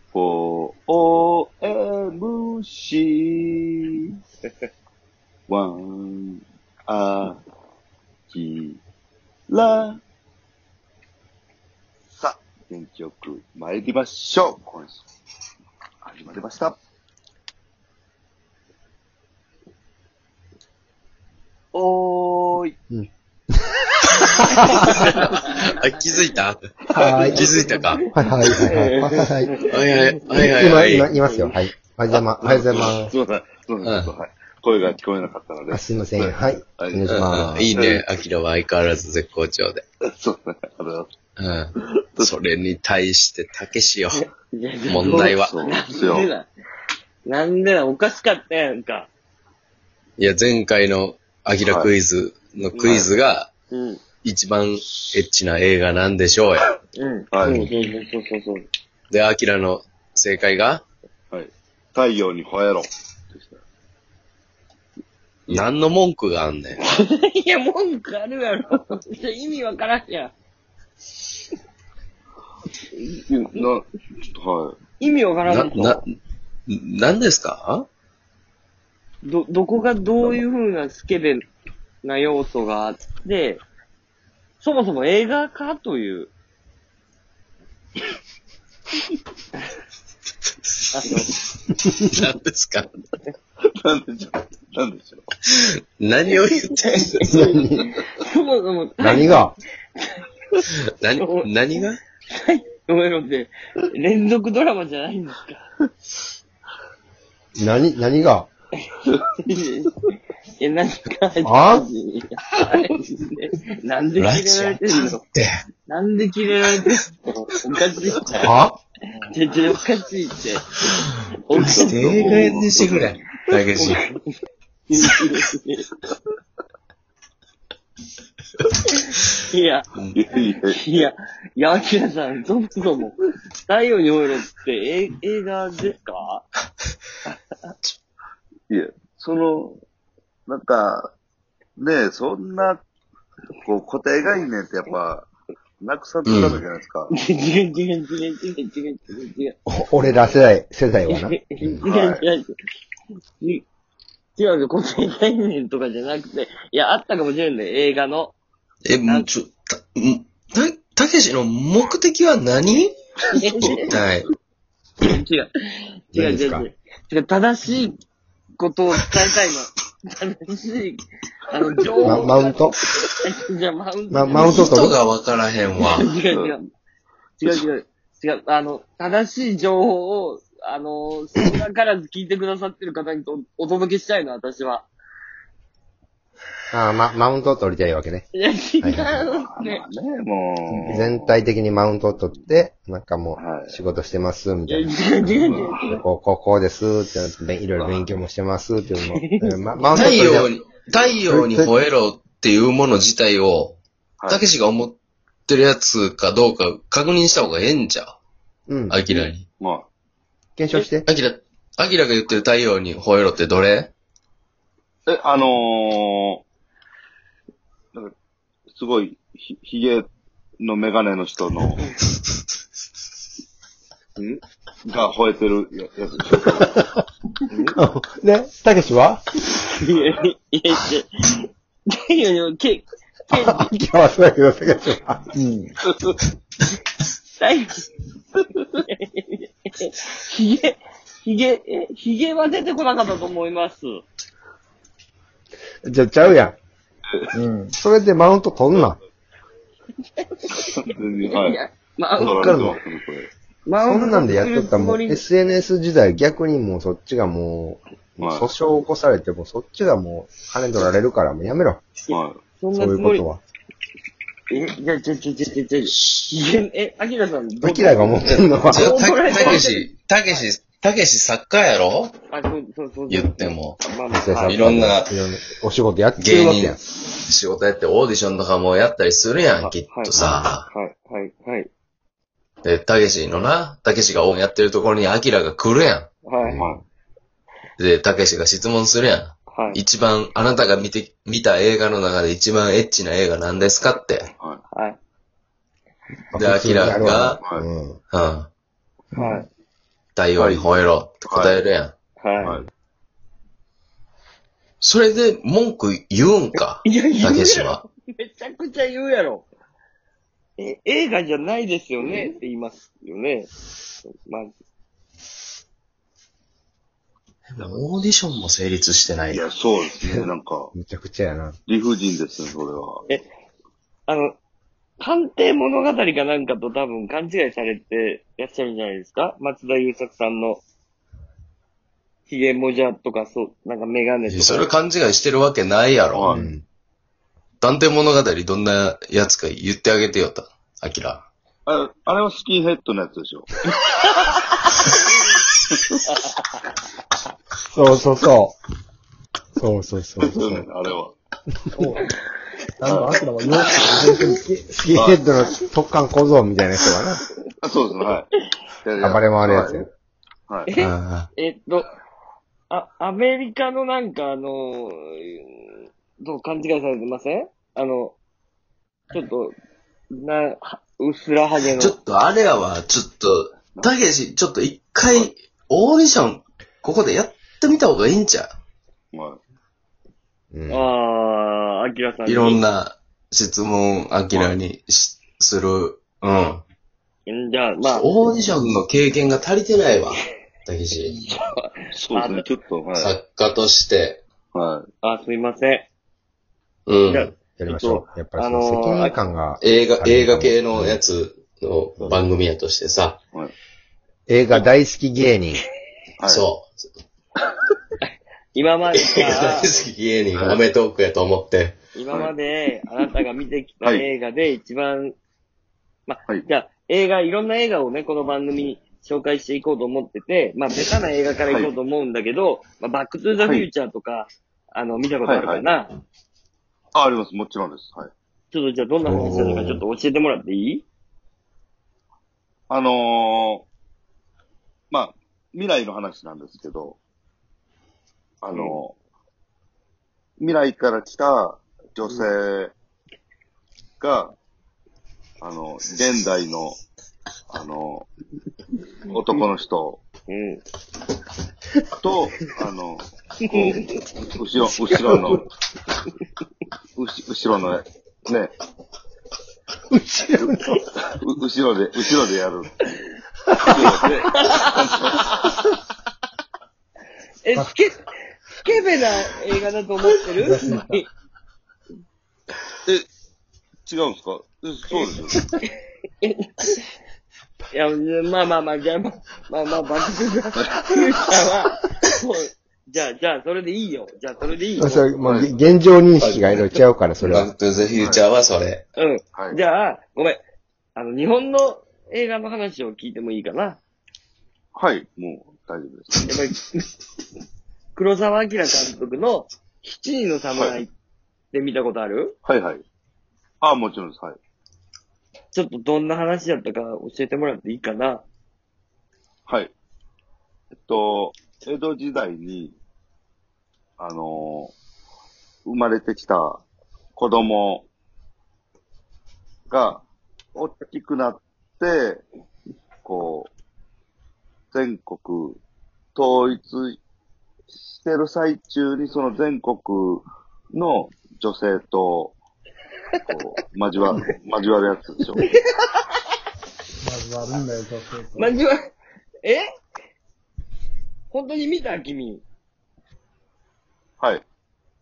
4MC ワンアキラさあ、元気よく参りましょう。今週始まりました。おーい。 うん。 あ、気づいた？ はい。 気づいたか？ はいはいはいはい。はいはい。今、いますよ。はい。おはようございます。 すいません。はい。声が聞こえなかったので。 すいません。はい。お願いします。 いいね。アキラは相変わらず絶好調で。 そうね。ありがとうございます。それに対して、たけしよ。問題は。 なんでだ、おかしかったやんか。 いや、前回のアキラクイズのクイズが、一番エッチな映画なんでしょうや。 はい。 そう。 で、アキラの正解が、 はい。太陽に吠えろ。 何の文句があんねん。 いや、文句あるやろ。意味わからんやん。 ちょっと、はい。 意味わからんの。 何ですか？ どこがどういう風なスケベな要素があって、そもそも映画かという。 何ですか？ なんでしょう。 何を言ってんの？ そもそも。 何が何がごめんなさい。連続ドラマじゃないんですか？ 何が何かあなんでキレられてんの？なんでキレられてんの？おかしいって。 は？ おかしいって。 映画やってしてくれ。たけし。 いや、アキラさん、そもそも、太陽に吠えろって映画ですか？ いや、なんか、ねえ、そんな、固定概念ってやっぱ、なくさんとダメじゃないですか。 違う。 俺ら世代はな。 違うよ、固定概念とかじゃなくて、いや、あったかもしれんね、映画の。 たけしの目的は何？一体。 違う、正しいことを伝えたいの。正しい、情報。 マウントじゃあ、マウント。 マウント人がわからへんわ。 違う。正しい情報を、少なからず聞いてくださってる方にお届けしたいの、私は。 マウントを取りたいわけね。 いや、違うね。もう。 全体的にマウントを取って、なんかもう、仕事してます、みたいな。こうです、って、いろいろ勉強もしてます、っていうのも。 太陽に吠えろっていうもの自体を、たけしが思ってるやつかどうか確認した方がええんじゃ。アキラに。 まあ。 検証して。 アキラが言ってる太陽に吠えろってどれ？ なんか、すごい、ひげのメガネの人の、が吠えてるやつでしょ。ね、たけしはいや、太陽に今日はそうやけど、たけしは。 ひげは出てこなかったと思います。 じゃ、ちゃうやん。それでマウント取んな。 はい。 そっからもそんなんでやっとったらもう SNS 時代逆にもうそっちがもう、訴訟を起こされてもそっちがもう金取られるからもうやめろ。そういうことは。 アキラさん、 アキラが思ってんのは。 たけし作家やろ？ そう。 言っても。 いろんなお仕事やってるわけやん。 仕事やってオーディションとかもやったりするやん、きっとさ。 はい。 で、たけしがやってるところにアキラが来るやん。 はい。 で、たけしが質問するやん。はい。一番、あなたが見た映画の中で一番エッチな映画なんですかって。 はい。 で、アキラが、 はい。 太陽に吠えろって答えるやん。 はい。 それで文句言うんか、 いや、言うたけしは。 めちゃくちゃ言うやろ。映画じゃないですよねって言いますよね。まず。 オーディションも成立してない。 いや、そうですね。なんか。 めちゃくちゃやな。 理不尽ですね、それは。 探偵物語かなんかと多分勘違いされていらっしゃるんじゃないですか？松田優作さんの、ヒゲモジャとか、なんかメガネとか。 それ勘違いしてるわけないやろ。うん。探偵物語どんなやつか言ってあげてよと、アキラ。 あれはスキンヘッドのやつでしょ。 そうそうそう。 あれは。 アキラはスキンヘッドの特艦小僧みたいな人がな。 そうですね、はい。 暴れ回るやつや。 はい。 アメリカのなんかどう勘違いされてません？ちょっと、うっすらハゲの。 ちょっとあれやわ、ちょっと、たけし、ちょっと一回、オーディション、ここでやってみた方がいいんちゃう？ はい。 アキラさんに。 いろんな質問、アキラにする。うん。 じゃあ、まあ。 オーディションの経験が足りてないわ、たけし。 そうですね、ちょっと、はい。 作家として。 はい。 すいません。 うん。 やりましょう。やっぱり責任感が。 映画系のやつの番組やとしてさ。 はい、 映画大好き芸人。 はい、そう。 今までさ、 大好き芸人、アメトークやと思って。 今まであなたが見てきた映画で一番、じゃあいろんな映画をね、この番組に紹介していこうと思ってて、ベタな映画からいこうと思うんだけど、バックトゥーザフューチャーとか、見たことあるかな？ あります、もちろんです。はい。 ちょっとじゃあどんな話なのかちょっと教えてもらっていい？ 未来の話なんですけど、未来から来た女性が、現代の、男の人と、後ろのね、後ろでやる。 スケベな映画だと思ってる？ 違うんですか？そうですよ。 いや、じゃあ、バックトゥザフューチャーは、じゃあ、それでいいよ。 それ、現状認識がいろいろ違うから、それは。 バックトゥザフューチャーはそれ。 うん。はい、じゃあ、ごめん。日本の映画の話を聞いてもいいかな？ はい、もう大丈夫です。 やっぱり、黒澤明監督の七人の侍って見たことある？ はいはい。もちろんです。はい。 ちょっとどんな話だったか教えてもらっていいかな？ はい。江戸時代に、生まれてきた子供が大きくなって、全国統一してる最中にその全国の女性と、交わるやつでしょ。 交わるんだよ、女性と。 本当に見た？君。 はい。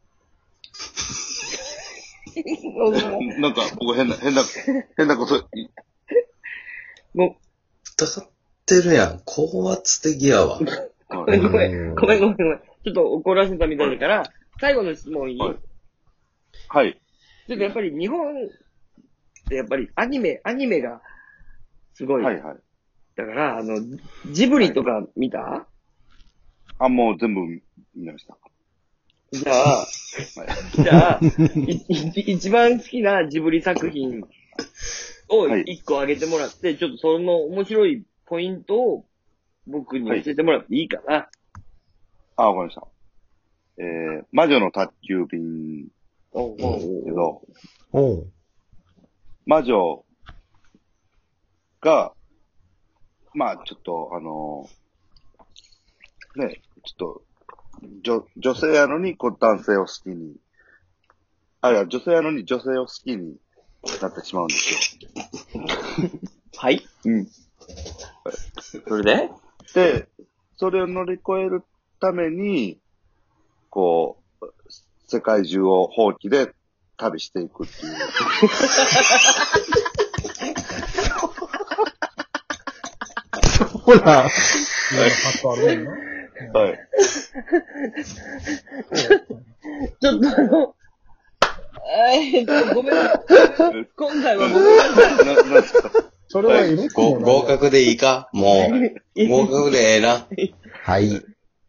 なんか、僕変なこと。 もう、疑ってるやん。高圧的やわ。 ごめん。ちょっと怒らせたみたいだから、最後の質問いい？ はい。 ちょっとやっぱり日本ってやっぱりアニメがすごい。はいはい。だから、ジブリとか見た？ もう全部見ました。 じゃあ、一番好きなジブリ作品を一個挙げてもらって、ちょっとその面白いポイントを僕に教えてもらっていいかな？ わかりました。魔女の宅急便。けど、魔女が、ちょっとね、ちょっと、女性やのに、男性を好きに、いや、女性やのに女性を好きになってしまうんですよ。 はい。うん。それで？ で、それを乗り越えるために、世界中を放棄で旅していくっていう。 ほら。はい。 ちょっとごめんなさい。今回はごめんなさい。 それはいる合格でいいかもう。合格でええな。 はい。 い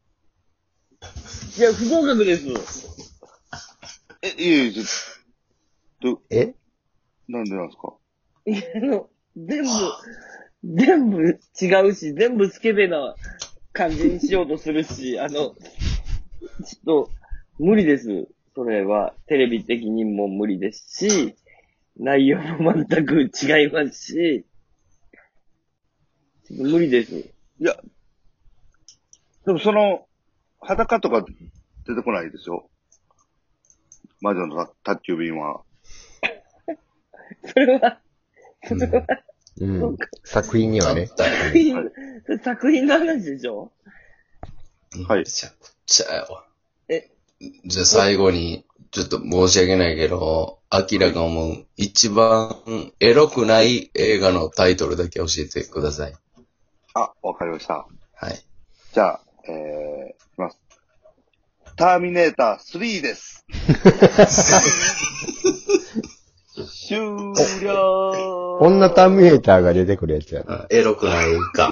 や、不合格です。 なんでなんですか？ 全部違うし、全部スケベな感じにしようとするし、ちょっと、無理です。それは、テレビ的にも無理ですし、内容も全く違いますし、無理です。いや、でも裸とか出てこないでしょ？魔女の宅急便は。 それは、 作品にはね。 作品の話でしょ？ はい。 めちゃくちゃよ。じゃあ最後に、ちょっと申し訳ないけど、明らか思う、一番エロくない映画のタイトルだけ教えてください。 あ、わかりました。 はい。 じゃあ、いきます。ターミネーター3です。終了。 こんなターミネーターが出てくるやつやな。 エロくないか。